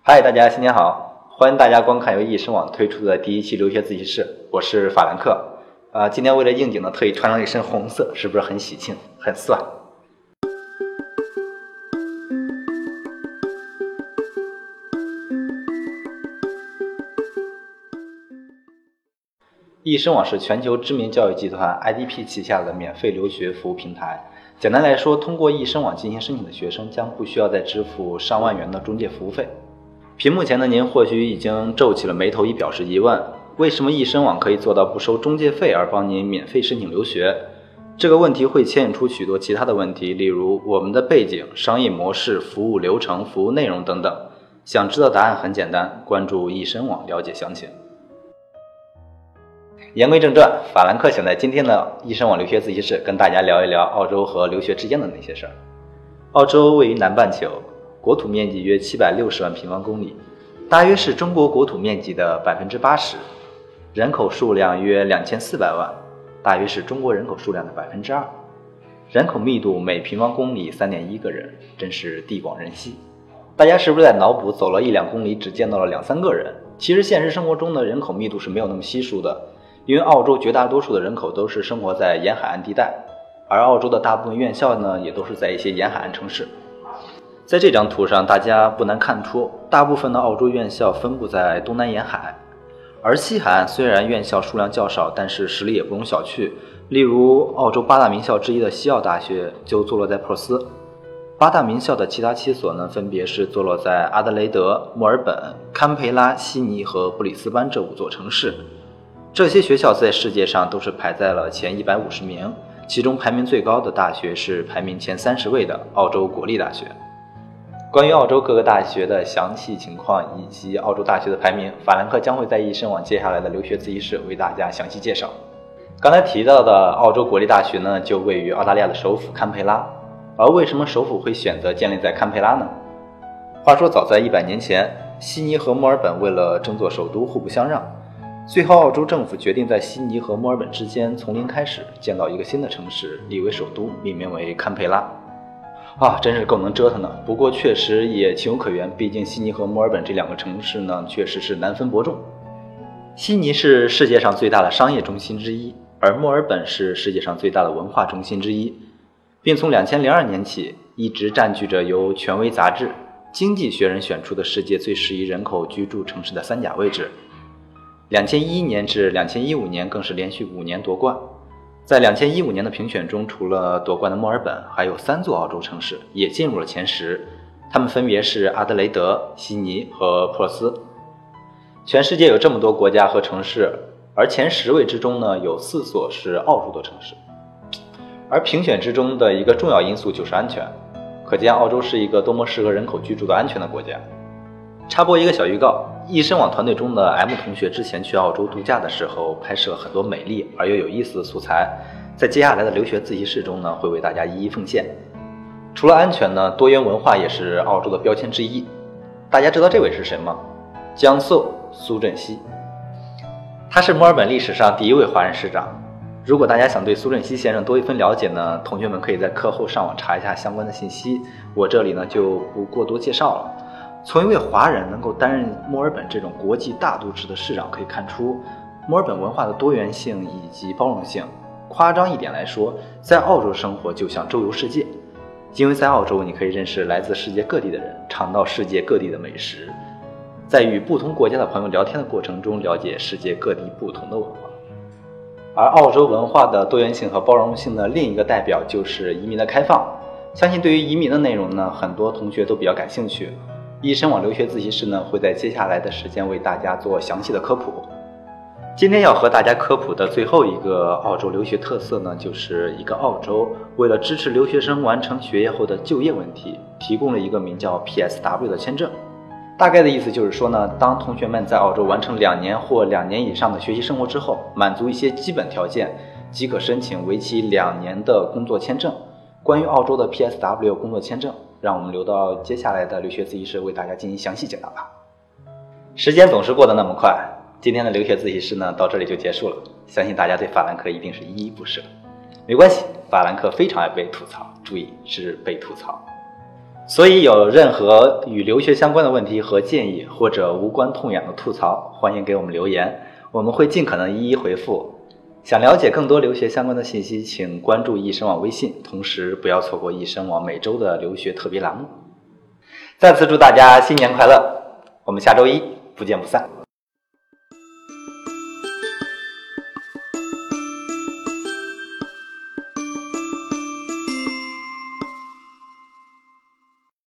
嗨，大家新年好！欢迎大家观看由易生网推出的第一期留学自习室，我是法兰克。今天为了应景呢，特意穿了一身红色，是不是很喜庆、很帅？易生网是全球知名教育集团 IDP 旗下的免费留学服务平台。简单来说，通过易生网进行申请的学生将不需要再支付上万元的中介服务费。屏幕前的您或许已经皱起了眉头，以表示疑问：为什么易生网可以做到不收中介费而帮您免费申请留学？这个问题会牵引出许多其他的问题，例如我们的背景、商业模式、服务流程、服务内容等等。想知道答案很简单，关注易生网了解详情。言归正传，法兰克想在今天的易生网留学自习室跟大家聊一聊澳洲和留学之间的那些事儿。澳洲位于南半球，国土面积约760万平方公里，大约是中国国土面积的80%，人口数量约2400万，大约是中国人口数量的2%，人口密度每平方公里3.1个人，真是地广人稀。大家是不是在脑补走了1-2公里只见到了2-3个人？其实现实生活中的人口密度是没有那么稀疏的，因为澳洲绝大多数的人口都是生活在沿海岸地带，而澳洲的大部分院校呢，也都是在一些沿海岸城市。在这张图上，大家不难看出，大部分的澳洲院校分布在东南沿海，而西海岸虽然院校数量较少，但是实力也不容小觑。例如，澳洲8大名校之一的西澳大学就坐落在珀斯。8大名校的其他7所呢，分别是坐落在阿德雷德、墨尔本、堪培拉、悉尼和布里斯班这5座城市。这些学校在世界上都是排在了前150名，其中排名最高的大学是排名前30位的澳洲国立大学。关于澳洲各个大学的详细情况以及澳洲大学的排名，法兰克将会在易生网接下来的留学自习室为大家详细介绍。刚才提到的澳洲国立大学呢，就位于澳大利亚的首府堪培拉。而为什么首府会选择建立在堪培拉呢？话说早在100年前，悉尼和墨尔本为了争做首都互不相让，最后澳洲政府决定在悉尼和墨尔本之间从零开始建造一个新的城市，立为首都，命名为堪培拉。真是够能折腾的。不过确实也情有可原，毕竟悉尼和墨尔本这2个城市呢，确实是难分伯仲。悉尼是世界上最大的商业中心之一，而墨尔本是世界上最大的文化中心之一，并从2002年起一直占据着由权威杂志《经济学人》选出的世界最适宜人口居住城市的3甲位置。2011年至2015年更是连续5年夺冠。在2015年的评选中，除了夺冠的墨尔本，还有3座澳洲城市也进入了前10，它们分别是阿德雷德、悉尼和珀斯。全世界有这么多国家和城市，而前10位之中呢，有4所是澳洲的城市。而评选之中的一个重要因素就是安全，可见澳洲是一个多么适合人口居住的安全的国家。插播一个小预告，易生网团队中的 M 同学之前去澳洲度假的时候，拍摄很多美丽而又有意思的素材，在接下来的留学自习室中呢，会为大家一一奉献。除了安全呢，多元文化也是澳洲的标签之一。大家知道这位是谁吗？江素苏振熙，他是墨尔本历史上第一位华人市长。如果大家想对苏振熙先生多一分了解呢，同学们可以在课后上网查一下相关的信息，我这里呢就不过多介绍了。从一位华人能够担任墨尔本这种国际大都市的市长可以看出墨尔本文化的多元性以及包容性。夸张一点来说，在澳洲生活就像周游世界，因为在澳洲你可以认识来自世界各地的人，尝到世界各地的美食，在与不同国家的朋友聊天的过程中了解世界各地不同的文化。而澳洲文化的多元性和包容性的另一个代表就是移民的开放。相信对于移民的内容呢，很多同学都比较感兴趣。易生网留学自习室呢，会在接下来的时间为大家做详细的科普。今天要和大家科普的最后一个澳洲留学特色呢，就是一个澳洲为了支持留学生完成学业后的就业问题，提供了一个名叫 PSW 的签证。大概的意思就是说呢，当同学们在澳洲完成2年或2年以上的学习生活之后，满足一些基本条件，即可申请为期2年的工作签证。关于澳洲的 PSW 工作签证，让我们留到接下来的留学自习室为大家进行详细解答吧。时间总是过得那么快，今天的留学自习室呢，到这里就结束了。相信大家对法兰克一定是依依不舍。没关系，法兰克非常爱被吐槽，注意是被吐槽。 所以有任何与留学相关的问题和建议，或者无关痛痒的吐槽，欢迎给我们留言，我们会尽可能一一回复。想了解更多留学相关的信息，请关注易声网微信，同时不要错过易声网每周的留学特别栏目。再次祝大家新年快乐，我们下周一不见不散。